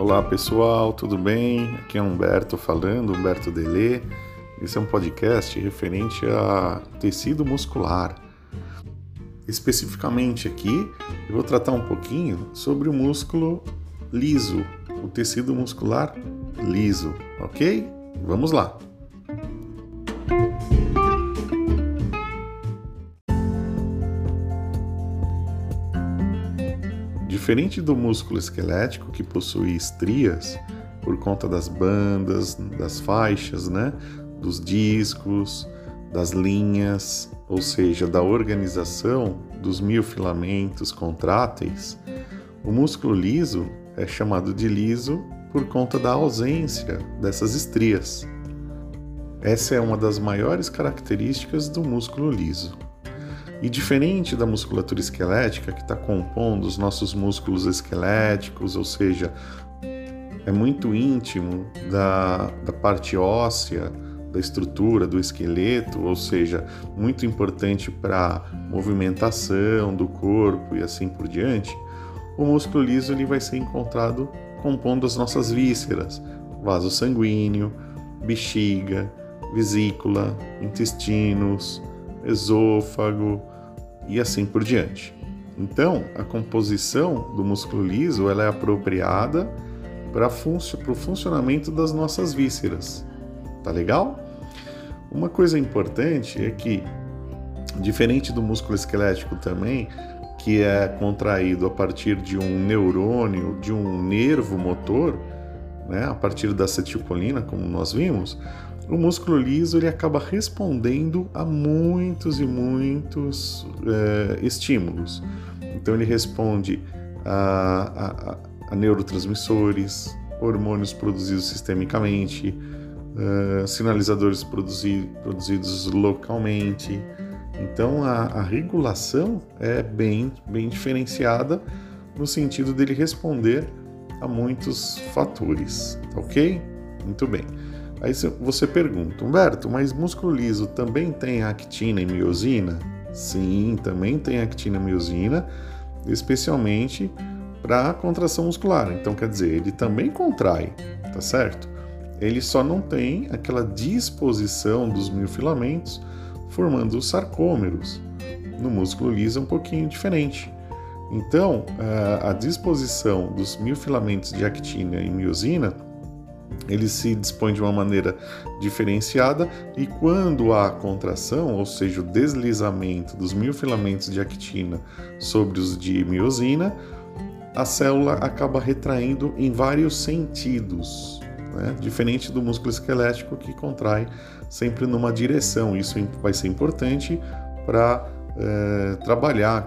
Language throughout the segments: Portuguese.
Olá pessoal, tudo bem? Aqui é Humberto falando, Humberto Delê. Esse é um podcast referente a tecido muscular. Especificamente aqui, eu vou tratar um pouquinho sobre o músculo liso, o tecido muscular liso, ok? Vamos lá! Diferente do músculo esquelético, que possui estrias por conta das bandas, das faixas, dos discos, das linhas, ou seja, da organização dos miofilamentos contráteis, o músculo liso é chamado de liso por conta da ausência dessas estrias. Essa é uma das maiores características do músculo liso. E diferente da musculatura esquelética, que está compondo os nossos músculos esqueléticos, ou seja, é muito íntimo da parte óssea, da estrutura do esqueleto, ou seja, muito importante para a movimentação do corpo e assim por diante, o músculo liso ele vai ser encontrado compondo as nossas vísceras, vaso sanguíneo, bexiga, vesícula, intestinos, esôfago, e assim por diante. Então, a composição do músculo liso ela é apropriada para o funcionamento das nossas vísceras. Tá legal? Uma coisa importante é que, diferente do músculo esquelético também, que é contraído a partir de um neurônio, de um nervo motor, a partir da acetilcolina, como nós vimos, o músculo liso ele acaba respondendo a muitos e muitos estímulos. Então ele responde a neurotransmissores, hormônios produzidos sistemicamente, sinalizadores produzidos localmente. Então a regulação é bem diferenciada no sentido dele responder a muitos fatores, ok? Muito bem. Aí você pergunta, Humberto, mas músculo liso também tem actina e miosina? Sim, também tem actina e miosina, especialmente para a contração muscular. Então, quer dizer, ele também contrai, tá certo? Ele só não tem aquela disposição dos miofilamentos formando os sarcômeros. No músculo liso é um pouquinho diferente. Então, a disposição dos miofilamentos de actina e miosina ele se dispõe de uma maneira diferenciada e quando há contração, ou seja, o deslizamento dos miofilamentos de actina sobre os de miosina, a célula acaba retraindo em vários sentidos, diferente do músculo esquelético que contrai sempre numa direção. Isso vai ser importante para trabalhar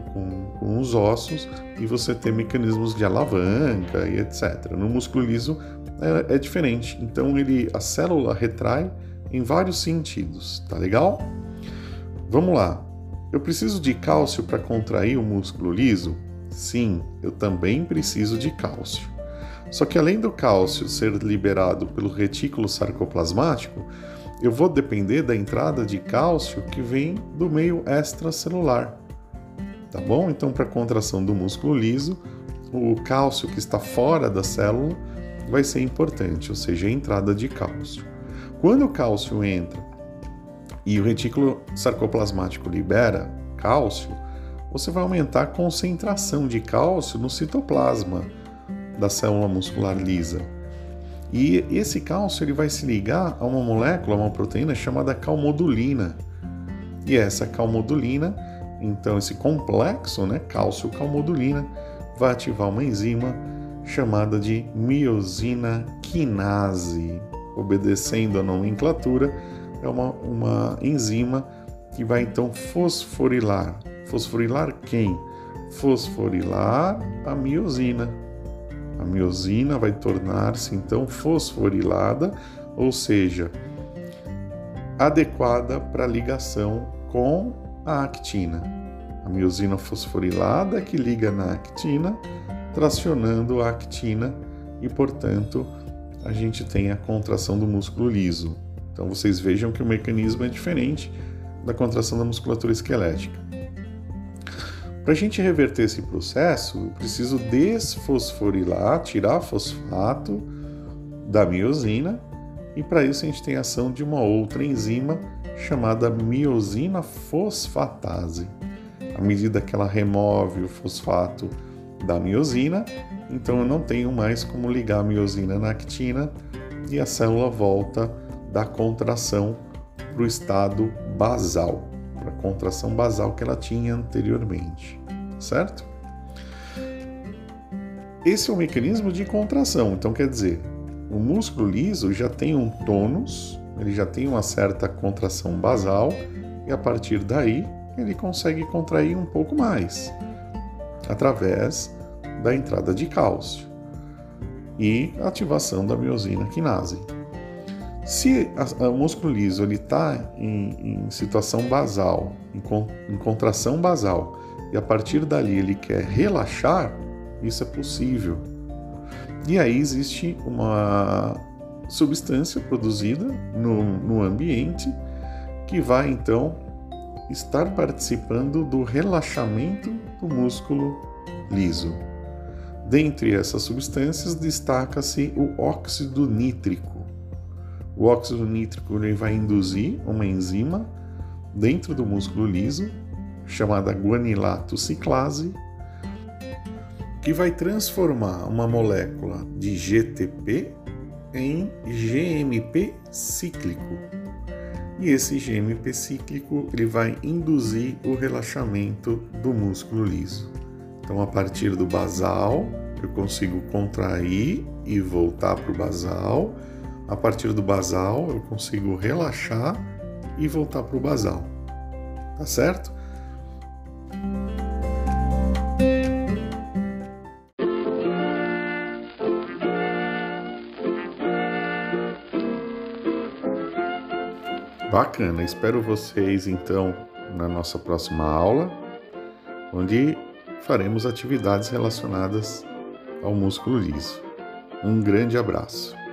com os ossos e você ter mecanismos de alavanca e etc. No músculo liso é diferente, então a célula retrai em vários sentidos, tá legal? Vamos lá, eu preciso de cálcio para contrair o músculo liso? Sim, eu também preciso de cálcio. Só que além do cálcio ser liberado pelo retículo sarcoplasmático, eu vou depender da entrada de cálcio que vem do meio extracelular, tá bom? Então, para a contração do músculo liso, o cálcio que está fora da célula vai ser importante, ou seja, a entrada de cálcio. Quando o cálcio entra e o retículo sarcoplasmático libera cálcio, você vai aumentar a concentração de cálcio no citoplasma da célula muscular lisa. E esse cálcio ele vai se ligar a uma molécula, uma proteína chamada calmodulina. E essa calmodulina, então esse complexo, cálcio-calmodulina, vai ativar uma enzima chamada de miosina quinase. Obedecendo a nomenclatura, é uma enzima que vai então fosforilar. Fosforilar quem? Fosforilar a miosina. A miosina vai tornar-se então fosforilada, ou seja, adequada para a ligação com a actina. A miosina fosforilada que liga na actina, tracionando a actina e, portanto, a gente tem a contração do músculo liso. Então, vocês vejam que o mecanismo é diferente da contração da musculatura esquelética. Para a gente reverter esse processo, eu preciso desfosforilar, tirar fosfato da miosina, e para isso a gente tem a ação de uma outra enzima chamada miosina fosfatase. À medida que ela remove o fosfato da miosina, então eu não tenho mais como ligar a miosina na actina e a célula volta da contração para o estado basal, para a contração basal que ela tinha anteriormente, certo? Esse é o mecanismo de contração, então quer dizer, o músculo liso já tem um tônus, ele já tem uma certa contração basal e a partir daí ele consegue contrair um pouco mais, através da entrada de cálcio e ativação da miosina quinase. Se o músculo liso está em situação basal, em contração basal, e a partir dali ele quer relaxar, isso é possível. E aí existe uma substância produzida no ambiente que vai então estar participando do relaxamento do músculo liso. Dentre essas substâncias destaca-se o óxido nítrico. O óxido nítrico ele vai induzir uma enzima dentro do músculo liso, chamada guanilato ciclase, que vai transformar uma molécula de GTP em GMP cíclico. E esse GMP cíclico ele vai induzir o relaxamento do músculo liso. Então, a partir do basal, eu consigo contrair e voltar para o basal. A partir do basal, eu consigo relaxar e voltar para o basal. Tá certo? Bacana, espero vocês então na nossa próxima aula, onde faremos atividades relacionadas ao músculo liso. Um grande abraço.